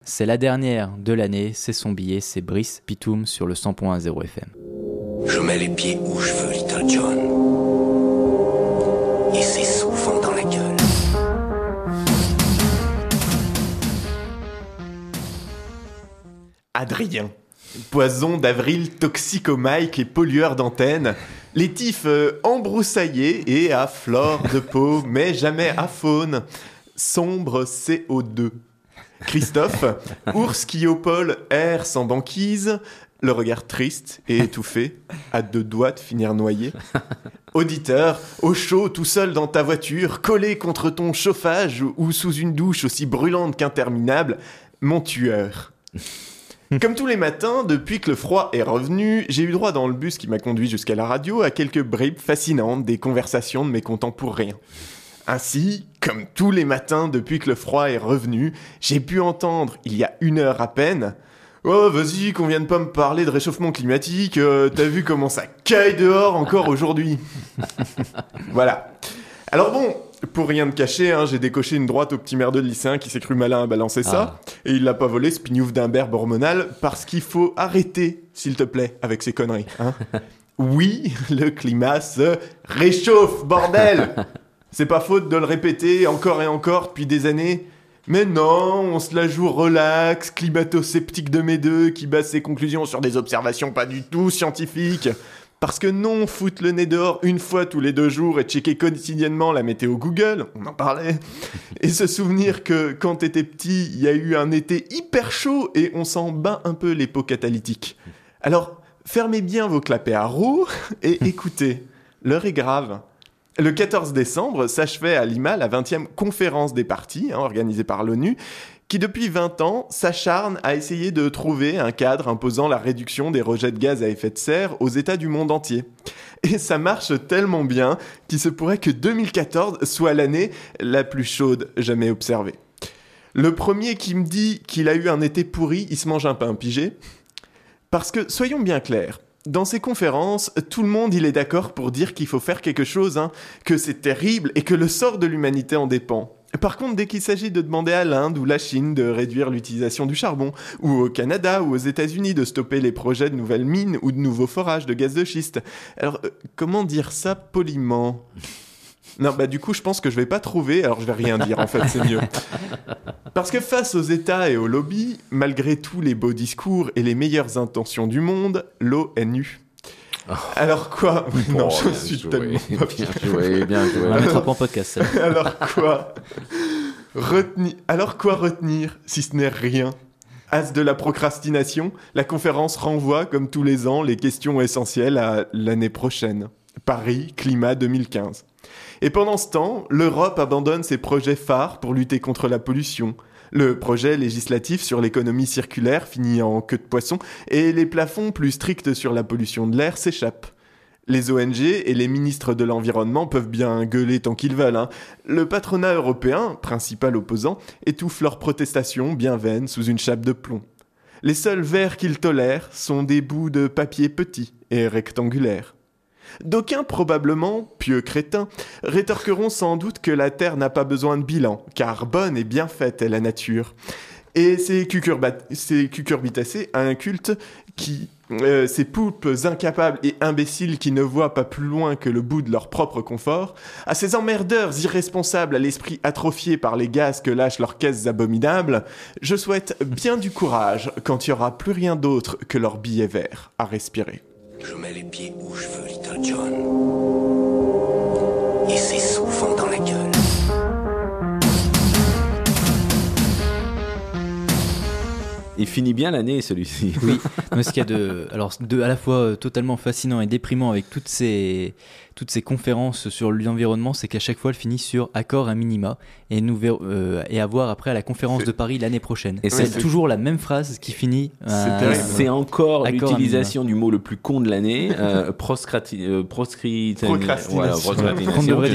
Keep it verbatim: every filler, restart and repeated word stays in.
C'est la dernière de l'année, c'est son billet, c'est Brice Pitoum sur le cent point zéro F M. Je mets les pieds où je veux, Little John. Et c'est souvent dans la gueule. Adrien. Poison d'avril, toxicomike et pollueur d'antenne. Les tifs euh, embroussaillés et à flore de peau, mais jamais à faune. Sombre C O deux. Christophe, ours qui au pôle erre sans banquise, le regard triste et étouffé, à deux doigts de finir noyé. Auditeur, au chaud, tout seul dans ta voiture, collé contre ton chauffage ou sous une douche aussi brûlante qu'interminable, mon tueur. Comme tous les matins, depuis que le froid est revenu, j'ai eu droit dans le bus qui m'a conduit jusqu'à la radio à quelques bribes fascinantes des conversations de mes contemporains. Ainsi, comme tous les matins depuis que le froid est revenu, j'ai pu entendre, il y a une heure à peine, « Oh, vas-y, qu'on vienne pas me parler de réchauffement climatique, euh, t'as vu comment ça caille dehors encore aujourd'hui ?» Voilà. Alors bon, pour rien de cacher, hein, j'ai décoché une droite au petit merdeux de lycéen qui s'est cru malin à balancer ça, ah. Et il l'a pas volé, ce pignouf d'un berbe hormonal, parce qu'il faut arrêter, s'il te plaît, avec ces conneries. Hein. Oui, le climat se réchauffe, bordel. C'est pas faute de le répéter encore et encore depuis des années. Mais non, on se la joue relax, climato-sceptique de mes deux, qui base ses conclusions sur des observations pas du tout scientifiques. Parce que non, foutre le nez dehors une fois tous les deux jours et checker quotidiennement la météo Google, on en parlait, et se souvenir que quand t'étais petit, il y a eu un été hyper chaud et on s'en bat un peu les pots catalytiques. Alors, fermez bien vos clapets à roues et écoutez, l'heure est grave. Le quatorze décembre s'achevait à Lima la vingtième conférence des parties, hein, organisée par l'ONU, qui depuis vingt ans s'acharne à essayer de trouver un cadre imposant la réduction des rejets de gaz à effet de serre aux États du monde entier. Et ça marche tellement bien qu'il se pourrait que deux mille quatorze soit l'année la plus chaude jamais observée. Le premier qui me dit qu'il a eu un été pourri, il se mange un pain pigé. Parce que, soyons bien clairs, dans ces conférences, tout le monde il est d'accord pour dire qu'il faut faire quelque chose, hein, que c'est terrible et que le sort de l'humanité en dépend. Par contre, dès qu'il s'agit de demander à l'Inde ou la Chine de réduire l'utilisation du charbon, ou au Canada ou aux États-Unis de stopper les projets de nouvelles mines ou de nouveaux forages de gaz de schiste, alors euh, comment dire ça poliment ? Non, bah du coup, je pense que je vais pas trouver, alors je vais rien dire, en fait, c'est mieux. Parce que face aux États et aux lobbies, malgré tous les beaux discours et les meilleures intentions du monde, l'ONU. Oh. Alors quoi ? Oh, non, je suis joué, tellement... Bien joué, bien joué. On la mettra pas en podcast, ça. Alors quoi ? Reteni... Alors quoi retenir, si ce n'est rien ? As de la procrastination, la conférence renvoie, comme tous les ans, les questions essentielles à l'année prochaine. Paris, climat deux mille quinze. Et pendant ce temps, l'Europe abandonne ses projets phares pour lutter contre la pollution. Le projet législatif sur l'économie circulaire finit en queue de poisson et les plafonds plus stricts sur la pollution de l'air s'échappent. Les O N G et les ministres de l'Environnement peuvent bien gueuler tant qu'ils veulent. Hein. Le patronat européen, principal opposant, étouffe leurs protestations bien vaines sous une chape de plomb. Les seuls verres qu'ils tolèrent sont des bouts de papier petits et rectangulaires. D'aucuns, probablement, pieux crétins, rétorqueront sans doute que la Terre n'a pas besoin de bilan, car bonne et bien faite est la nature. Et ces, cucurba- ces cucurbitacées incultes, qui, euh, ces poulpes incapables et imbéciles qui ne voient pas plus loin que le bout de leur propre confort, à ces emmerdeurs irresponsables à l'esprit atrophié par les gaz que lâchent leurs caisses abominables, je souhaite bien du courage quand il n'y aura plus rien d'autre que leur billet vert à respirer. Je mets les pieds où je veux, Little John. Et c'est souvent dans la gueule. Il finit bien l'année, celui-ci. Oui, mais ce qu'il y a de, alors, de à la fois euh, totalement fascinant et déprimant avec toutes ces, toutes ces conférences sur l'environnement, c'est qu'à chaque fois, elle finit sur accord à minima et, nous ver- euh, et à voir après à la conférence c'est... de Paris l'année prochaine. Et c'est, c'est toujours la même phrase qui finit. Euh, c'est, c'est encore l'utilisation du mot le plus con de l'année, euh, proscrati- euh, proscrit- procrastination. Voilà, procrastination.